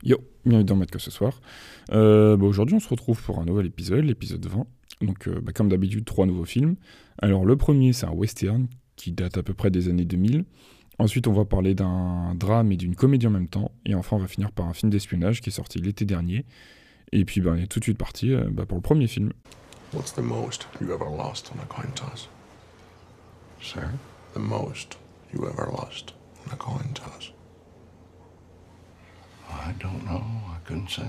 Yo, bienvenue dans Matt ce soir. Aujourd'hui, on se retrouve pour un nouvel épisode, l'épisode 20. Donc, comme d'habitude, 3 nouveaux films. Alors, le premier, c'est un western qui date à peu près des années 2000. Ensuite, on va parler d'un drame et d'une comédie en même temps. Et enfin, on va finir par un film d'espionnage qui est sorti l'été dernier. Et puis, on est tout de suite parti pour le premier film. What's the most you ever lost on a coin toss? Sir? The most you ever lost on a coin toss? I don't know. I couldn't say.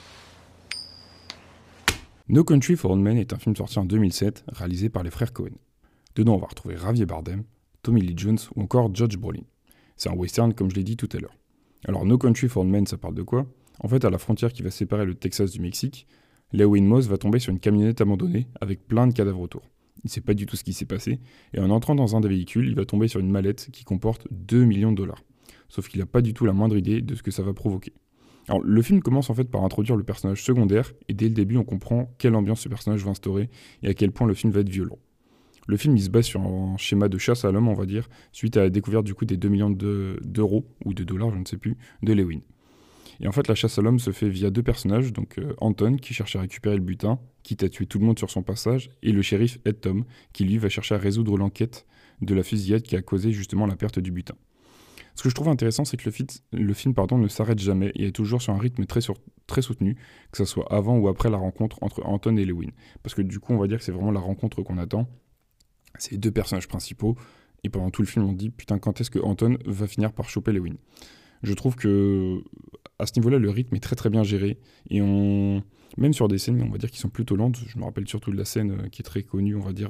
No Country for Old Men est un film sorti en 2007, réalisé par les frères Coen. Dedans, on va retrouver Javier Bardem, Tommy Lee Jones ou encore Josh Brolin. C'est un western comme je l'ai dit tout à l'heure. Alors No Country for Old Men, ça parle de quoi? En fait, à la frontière qui va séparer le Texas du Mexique, Lewin Moss va tomber sur une camionnette abandonnée avec plein de cadavres autour. Il ne sait pas du tout ce qui s'est passé, et en entrant dans un des véhicules, il va tomber sur une mallette qui comporte 2 millions de dollars. Sauf qu'il n'a pas du tout la moindre idée de ce que ça va provoquer. Alors, le film commence en fait par introduire le personnage secondaire, et dès le début, on comprend quelle ambiance ce personnage va instaurer, et à quel point le film va être violent. Le film, il se base sur un schéma de chasse à l'homme, on va dire, suite à la découverte du coup des 2 millions d'euros, ou de dollars, je ne sais plus, de Lewin. Et en fait, la chasse à l'homme se fait via 2 personnages, donc Anton, qui cherche à récupérer le butin, quitte à tuer tout le monde sur son passage, et le shérif Ed Tom, qui lui va chercher à résoudre l'enquête de la fusillade qui a causé justement la perte du butin. Ce que je trouve intéressant, c'est que le film ne s'arrête jamais et est toujours sur un rythme très soutenu, que ce soit avant ou après la rencontre entre Anton et Lewin. Parce que du coup, on va dire que c'est vraiment la rencontre qu'on attend. C'est les 2 personnages principaux, et pendant tout le film, on dit « Putain, quand est-ce que Anton va finir par choper Lewin ?» Je trouve que à ce niveau-là, le rythme est très très bien géré, et même sur des scènes, on va dire, qui sont plutôt lentes, je me rappelle surtout de la scène qui est très connue, on va dire,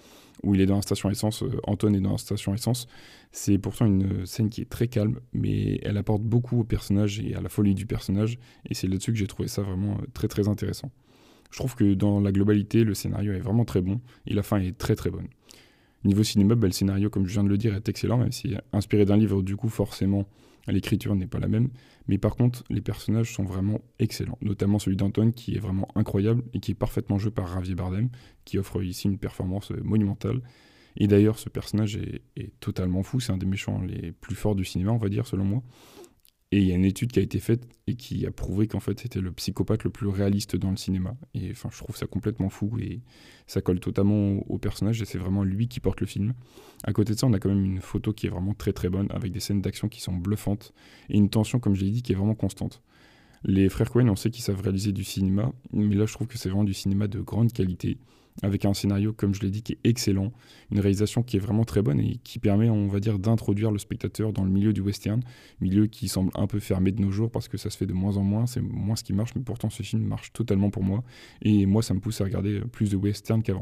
où il est dans la station essence, Anton est dans la station essence. C'est pourtant une scène qui est très calme, mais elle apporte beaucoup au personnage et à la folie du personnage, et c'est là-dessus que j'ai trouvé ça vraiment très très intéressant. Je trouve que dans la globalité, le scénario est vraiment très bon, et la fin est très très bonne. Niveau cinéma, le scénario, comme je viens de le dire, est excellent, même si inspiré d'un livre, du coup, forcément, l'écriture n'est pas la même. Mais par contre, les personnages sont vraiment excellents, notamment celui d'Anton, qui est vraiment incroyable et qui est parfaitement joué par Javier Bardem, qui offre ici une performance monumentale. Et d'ailleurs, ce personnage est totalement fou, c'est un des méchants les plus forts du cinéma, on va dire, selon moi. Et il y a une étude qui a été faite et qui a prouvé qu'en fait c'était le psychopathe le plus réaliste dans le cinéma. Et enfin, je trouve ça complètement fou et ça colle totalement au personnage et c'est vraiment lui qui porte le film. À côté de ça, on a quand même une photo qui est vraiment très très bonne avec des scènes d'action qui sont bluffantes et une tension, comme je l'ai dit, qui est vraiment constante. Les frères Coen, on sait qu'ils savent réaliser du cinéma, mais là je trouve que c'est vraiment du cinéma de grande qualité, avec un scénario, comme je l'ai dit, qui est excellent, une réalisation qui est vraiment très bonne et qui permet, on va dire, d'introduire le spectateur dans le milieu du western, milieu qui semble un peu fermé de nos jours parce que ça se fait de moins en moins, c'est moins ce qui marche, mais pourtant ce film marche totalement pour moi, et moi ça me pousse à regarder plus de western qu'avant.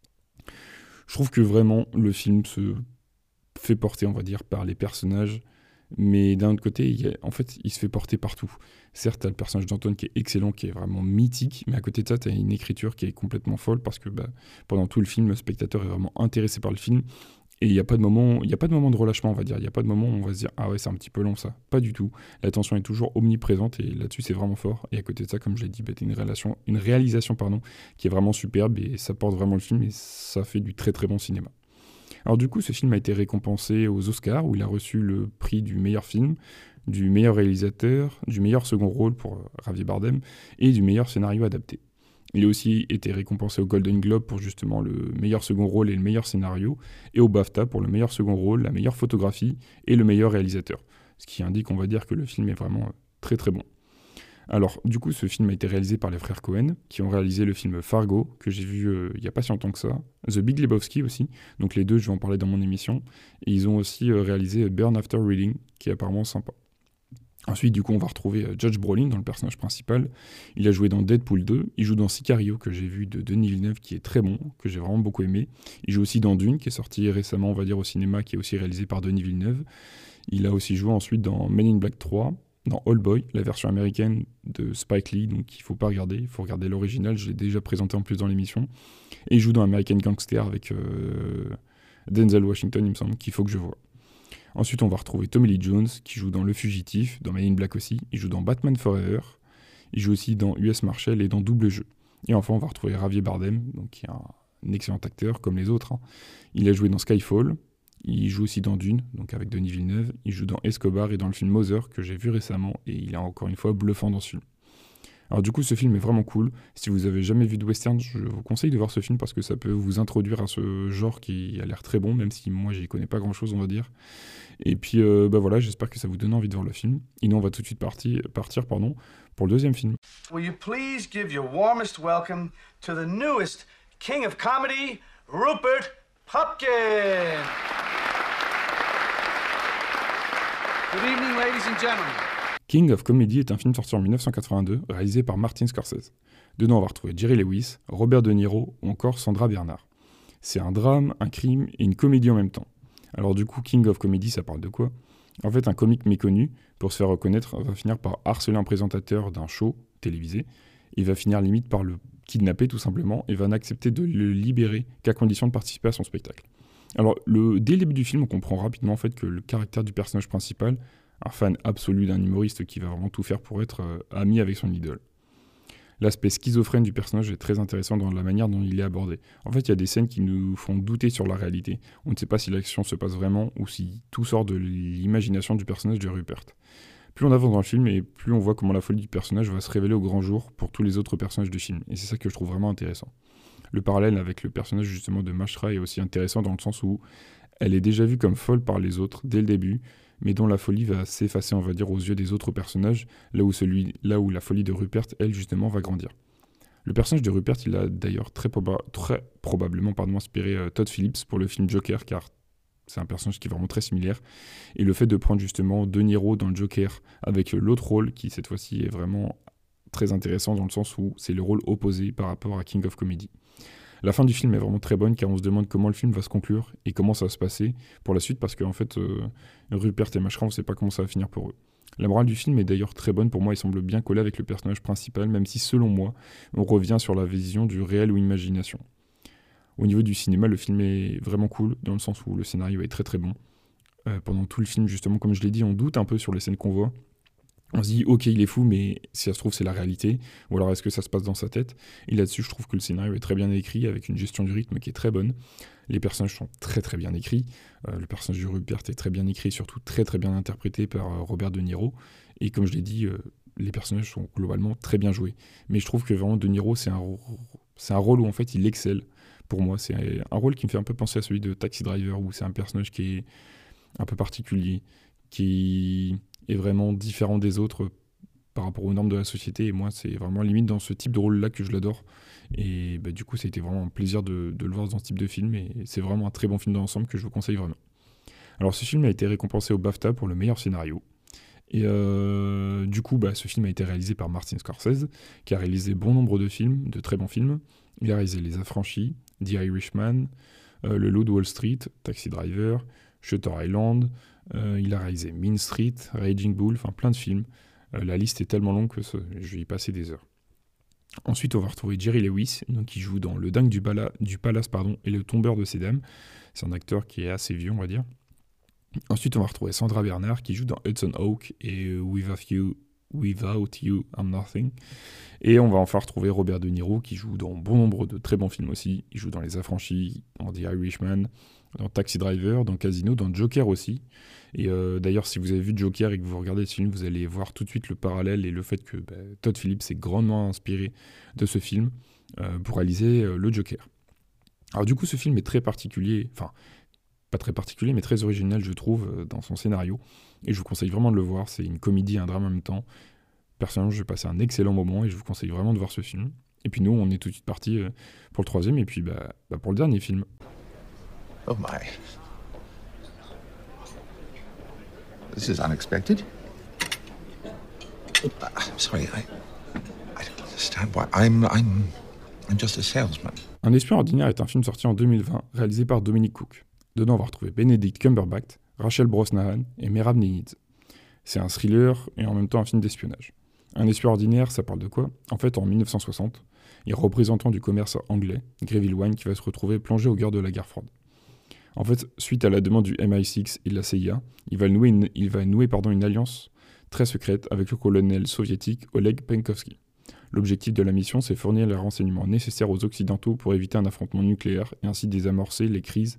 Je trouve que vraiment le film se fait porter, on va dire, par les personnages, mais d'un autre côté, il se fait porter partout. Certes, t'as le personnage d'Anton qui est excellent, qui est vraiment mythique, mais à côté de ça, t'as une écriture qui est complètement folle, parce que pendant tout le film, le spectateur est vraiment intéressé par le film, et il n'y a pas de moment de relâchement, on va dire. Il n'y a pas de moment où on va se dire « Ah ouais, c'est un petit peu long ça ». Pas du tout. La tension est toujours omniprésente, et là-dessus, c'est vraiment fort. Et à côté de ça, comme je l'ai dit, t'as une réalisation qui est vraiment superbe, et ça porte vraiment le film, et ça fait du très très bon cinéma. Alors du coup, ce film a été récompensé aux Oscars, où il a reçu le prix du meilleur film, du meilleur réalisateur, du meilleur second rôle pour Javier Bardem, et du meilleur scénario adapté. Il a aussi été récompensé au Golden Globe pour justement le meilleur second rôle et le meilleur scénario, et au BAFTA pour le meilleur second rôle, la meilleure photographie et le meilleur réalisateur. Ce qui indique, on va dire, que le film est vraiment très très bon. Alors, du coup, ce film a été réalisé par les frères Coen, qui ont réalisé le film Fargo, que j'ai vu il n'y a pas si longtemps que ça, The Big Lebowski aussi, donc les deux, je vais en parler dans mon émission, et ils ont aussi réalisé Burn After Reading, qui est apparemment sympa. Ensuite, du coup, on va retrouver Josh Brolin dans le personnage principal. Il a joué dans Deadpool 2, il joue dans Sicario, que j'ai vu de Denis Villeneuve, qui est très bon, que j'ai vraiment beaucoup aimé. Il joue aussi dans Dune, qui est sorti récemment, on va dire, au cinéma, qui est aussi réalisé par Denis Villeneuve. Il a aussi joué ensuite dans Men in Black 3, dans Old Boy, la version américaine de Spike Lee, donc il faut pas regarder, il faut regarder l'original, je l'ai déjà présenté en plus dans l'émission. Et il joue dans American Gangster avec Denzel Washington, il me semble, qu'il faut que je voie. Ensuite, on va retrouver Tommy Lee Jones, qui joue dans Le Fugitif, dans Men in Black aussi, il joue dans Batman Forever, il joue aussi dans US Marshal et dans Double Jeu. Et enfin, on va retrouver Javier Bardem, donc qui est un excellent acteur, comme les autres. Il a joué dans Skyfall, Il joue aussi dans Dune, donc avec Denis Villeneuve. Il joue dans Escobar et dans le film Mother que j'ai vu récemment, et il est encore une fois bluffant dans ce film. Alors du coup, ce film est vraiment cool. Si vous avez jamais vu de western, je vous conseille de voir ce film parce que ça peut vous introduire à ce genre qui a l'air très bon, même si moi j'y connais pas grand-chose, on va dire. Et puis voilà, j'espère que ça vous donne envie de voir le film. Et nous, on va tout de suite partir pour le deuxième film. Will you please give your warmest welcome to the newest king of comedy, Rupert Pupkin. Good evening, ladies and gentlemen. King of Comedy est un film sorti en 1982, réalisé par Martin Scorsese. Dedans, on va retrouver Jerry Lewis, Robert De Niro ou encore Sandra Bernhard. C'est un drame, un crime et une comédie en même temps. Alors du coup, King of Comedy, ça parle de quoi ? En fait, un comique méconnu, pour se faire reconnaître, va finir par harceler un présentateur d'un show télévisé. Il va finir limite par le kidnapper tout simplement et va n'accepter de le libérer qu'à condition de participer à son spectacle. Alors, dès le début du film, on comprend rapidement en fait que le caractère du personnage principal, un fan absolu d'un humoriste qui va vraiment tout faire pour être ami avec son idole. L'aspect schizophrène du personnage est très intéressant dans la manière dont il est abordé. En fait, il y a des scènes qui nous font douter sur la réalité. On ne sait pas si l'action se passe vraiment ou si tout sort de l'imagination du personnage de Rupert. Plus on avance dans le film et plus on voit comment la folie du personnage va se révéler au grand jour pour tous les autres personnages du film. Et c'est ça que je trouve vraiment intéressant. Le parallèle avec le personnage justement de Mashra est aussi intéressant dans le sens où elle est déjà vue comme folle par les autres dès le début, mais dont la folie va s'effacer, on va dire, aux yeux des autres personnages, là où la folie de Rupert, elle, justement, va grandir. Le personnage de Rupert, il a d'ailleurs très probablement inspiré Todd Phillips pour le film Joker, car c'est un personnage qui est vraiment très similaire. Et le fait de prendre justement De Niro dans le Joker avec l'autre rôle, qui cette fois-ci est vraiment très intéressant dans le sens où c'est le rôle opposé par rapport à King of Comedy. La fin du film est vraiment très bonne car on se demande comment le film va se conclure et comment ça va se passer pour la suite parce qu'en fait, Rupert et Mashra, on ne sait pas comment ça va finir pour eux. La morale du film est d'ailleurs très bonne pour moi, il semble bien coller avec le personnage principal, même si selon moi, on revient sur la vision du réel ou imagination. Au niveau du cinéma, le film est vraiment cool, dans le sens où le scénario est très très bon. Pendant tout le film, justement, comme je l'ai dit, on doute un peu sur les scènes qu'on voit. On se dit, ok, il est fou, mais si ça se trouve, c'est la réalité. Ou alors, est-ce que ça se passe dans sa tête ? Et là-dessus, je trouve que le scénario est très bien écrit, avec une gestion du rythme qui est très bonne. Les personnages sont très très bien écrits. Le personnage de Rupert est très bien écrit, surtout très très bien interprété par Robert De Niro. Et comme je l'ai dit, les personnages sont globalement très bien joués. Mais je trouve que vraiment, De Niro, c'est un rôle où en fait, il excelle. Pour moi, c'est un rôle qui me fait un peu penser à celui de Taxi Driver, où c'est un personnage qui est un peu particulier, qui est vraiment différent des autres par rapport aux normes de la société. Et moi, c'est vraiment limite dans ce type de rôle-là que je l'adore. Et du coup, ça a été vraiment un plaisir de le voir dans ce type de film. Et c'est vraiment un très bon film d'ensemble que je vous conseille vraiment. Alors, ce film a été récompensé au BAFTA pour le meilleur scénario. Et du coup, ce film a été réalisé par Martin Scorsese, qui a réalisé bon nombre de films, de très bons films. Il a réalisé Les Affranchis, The Irishman, Le Loup de Wall Street, Taxi Driver, Shutter Island, il a réalisé Mean Street, Raging Bull, enfin plein de films. La liste est tellement longue que je vais y passer des heures. Ensuite, on va retrouver Jerry Lewis, qui joue dans Le Dingue du Palace et Le Tombeur de ces dames. C'est un acteur qui est assez vieux, on va dire. Ensuite, on va retrouver Sandra Bernhard, qui joue dans Hudson Hawk et Without You, I'm Nothing. Et on va enfin retrouver Robert De Niro, qui joue dans bon nombre de très bons films aussi. Il joue dans Les Affranchis, dans The Irishman, dans Taxi Driver, dans Casino, dans Joker aussi. Et d'ailleurs, si vous avez vu Joker et que vous regardez ce film, vous allez voir tout de suite le parallèle et le fait que Todd Phillips s'est grandement inspiré de ce film pour réaliser le Joker. Alors du coup, ce film est très particulier, enfin, pas très particulier, mais très original, je trouve, dans son scénario. Et je vous conseille vraiment de le voir. C'est une comédie et un drame en même temps. Personnellement, j'ai passé un excellent moment et je vous conseille vraiment de voir ce film. Et puis nous, on est tout de suite parti pour le troisième et puis pour le dernier film. Oh my. This is unexpected. I'm sorry, I don't understand why. I'm just a salesman. Un espion ordinaire est un film sorti en 2020, réalisé par Dominic Cooke. Dedans, on va retrouver Benedict Cumberbatch, Rachel Brosnahan et Merab Needs. C'est un thriller et en même temps un film d'espionnage. Un espion ordinaire, ça parle de quoi ? En fait, en 1960, il y a un représentant du commerce anglais, Greville Wine, qui va se retrouver plongé au cœur de la guerre froide. En fait, suite à la demande du MI6 et de la CIA, il va nouer une alliance très secrète avec le colonel soviétique Oleg Penkovsky. L'objectif de la mission, c'est fournir les renseignements nécessaires aux Occidentaux pour éviter un affrontement nucléaire et ainsi désamorcer les crises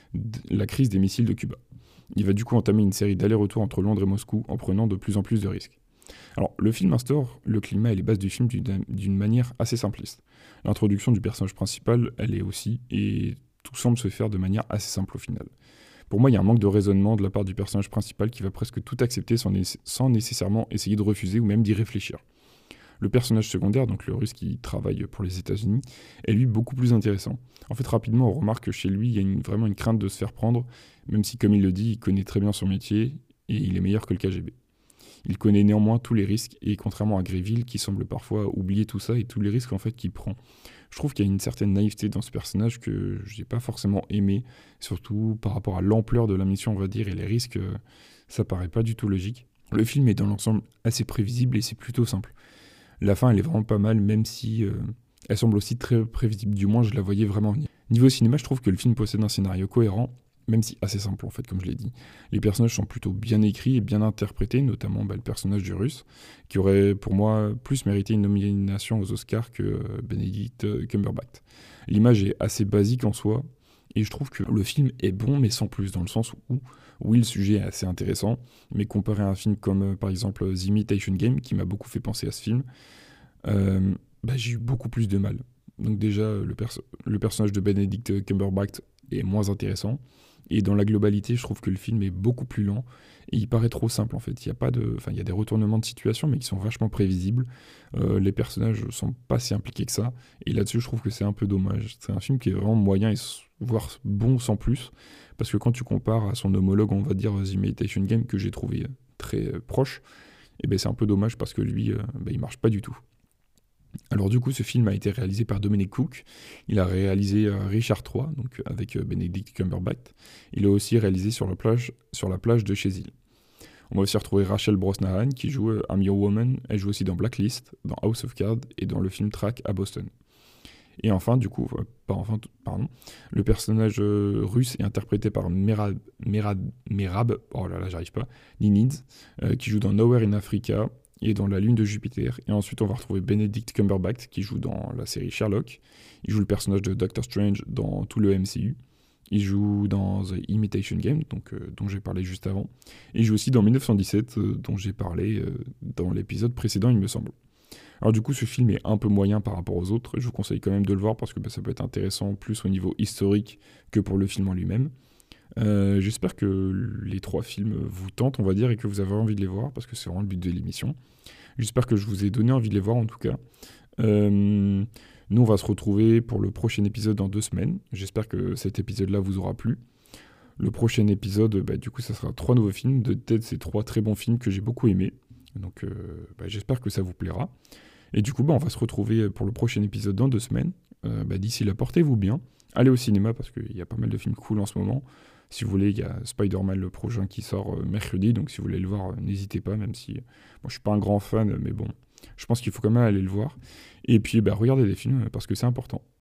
la crise des missiles de Cuba. Il va du coup entamer une série d'allers-retours entre Londres et Moscou en prenant de plus en plus de risques. Alors, le film instaure le climat et les bases du film d'une manière assez simpliste. L'introduction du personnage principal, elle est aussi, et tout semble se faire de manière assez simple au final. Pour moi, il y a un manque de raisonnement de la part du personnage principal qui va presque tout accepter sans nécessairement essayer de refuser ou même d'y réfléchir. Le personnage secondaire, donc le russe qui travaille pour les États-Unis, est lui beaucoup plus intéressant. En fait, rapidement, on remarque que chez lui, il y a vraiment une crainte de se faire prendre, même si, comme il le dit, il connaît très bien son métier et il est meilleur que le KGB. Il connaît néanmoins tous les risques, et contrairement à Greville, qui semble parfois oublier tout ça et tous les risques en fait qu'il prend. Je trouve qu'il y a une certaine naïveté dans ce personnage que j'ai pas forcément aimé, surtout par rapport à l'ampleur de la mission, on va dire, et les risques, ça paraît pas du tout logique. Le film est dans l'ensemble assez prévisible et c'est plutôt simple. La fin, elle est vraiment pas mal, même si elle semble aussi très prévisible, du moins je la voyais vraiment venir. Niveau cinéma, je trouve que le film possède un scénario cohérent, même si assez simple en fait, comme je l'ai dit. Les personnages sont plutôt bien écrits et bien interprétés, notamment le personnage du russe, qui aurait pour moi plus mérité une nomination aux Oscars que Benedict Cumberbatch. L'image est assez basique en soi, et je trouve que le film est bon, mais sans plus, dans le sens où, oui, le sujet est assez intéressant, mais comparé à un film comme par exemple The Imitation Game, qui m'a beaucoup fait penser à ce film, j'ai eu beaucoup plus de mal. Donc déjà, le personnage de Benedict Cumberbatch est moins intéressant. Et dans la globalité, je trouve que le film est beaucoup plus lent et il paraît trop simple en fait. Il y a des retournements de situation, mais qui sont vachement prévisibles. Les personnages ne sont pas si impliqués que ça. Et là-dessus, je trouve que c'est un peu dommage. C'est un film qui est vraiment moyen, voire bon sans plus. Parce que quand tu compares à son homologue, on va dire The Imitation Game, que j'ai trouvé très proche, et ben c'est un peu dommage parce que lui, il marche pas du tout. Alors du coup, ce film a été réalisé par Dominic Cooke. Il a réalisé Richard III, donc avec Benedict Cumberbatch. Il a aussi réalisé sur la plage de chez il. On va aussi retrouver Rachel Brosnahan qui joue I'm Your Woman. Elle joue aussi dans Blacklist, dans House of Cards et dans le film Track à Boston. Et enfin, du coup, le personnage russe est interprété par Merab, Nineeds, qui joue dans Nowhere in Africa et dans La Lune de Jupiter. Et ensuite, on va retrouver Benedict Cumberbatch qui joue dans la série Sherlock. Il joue le personnage de Doctor Strange dans tout le MCU. Il joue dans The Imitation Game, dont j'ai parlé juste avant. Et il joue aussi dans 1917, dont j'ai parlé dans l'épisode précédent, il me semble. Alors du coup, ce film est un peu moyen par rapport aux autres. Je vous conseille quand même de le voir parce que ça peut être intéressant plus au niveau historique que pour le film en lui-même. J'espère que les 3 films vous tentent, on va dire, et que vous avez envie de les voir, parce que c'est vraiment le but de l'émission. J'espère que je vous ai donné envie de les voir, en tout cas. Nous, on va se retrouver pour le prochain épisode dans 2 semaines. J'espère que cet épisode-là vous aura plu. Le prochain épisode, du coup, ça sera 3 nouveaux films, de peut-être ces 3 très bons films que j'ai beaucoup aimés. Donc, j'espère que ça vous plaira. Et du coup, on va se retrouver pour le prochain épisode dans 2 semaines. D'ici là, portez-vous bien. Allez au cinéma, parce qu'il y a pas mal de films cool en ce moment. Si vous voulez, il y a Spider-Man le prochain qui sort mercredi, donc si vous voulez le voir, n'hésitez pas, même si je suis pas un grand fan, mais bon, je pense qu'il faut quand même aller le voir. Et puis regardez des films parce que c'est important.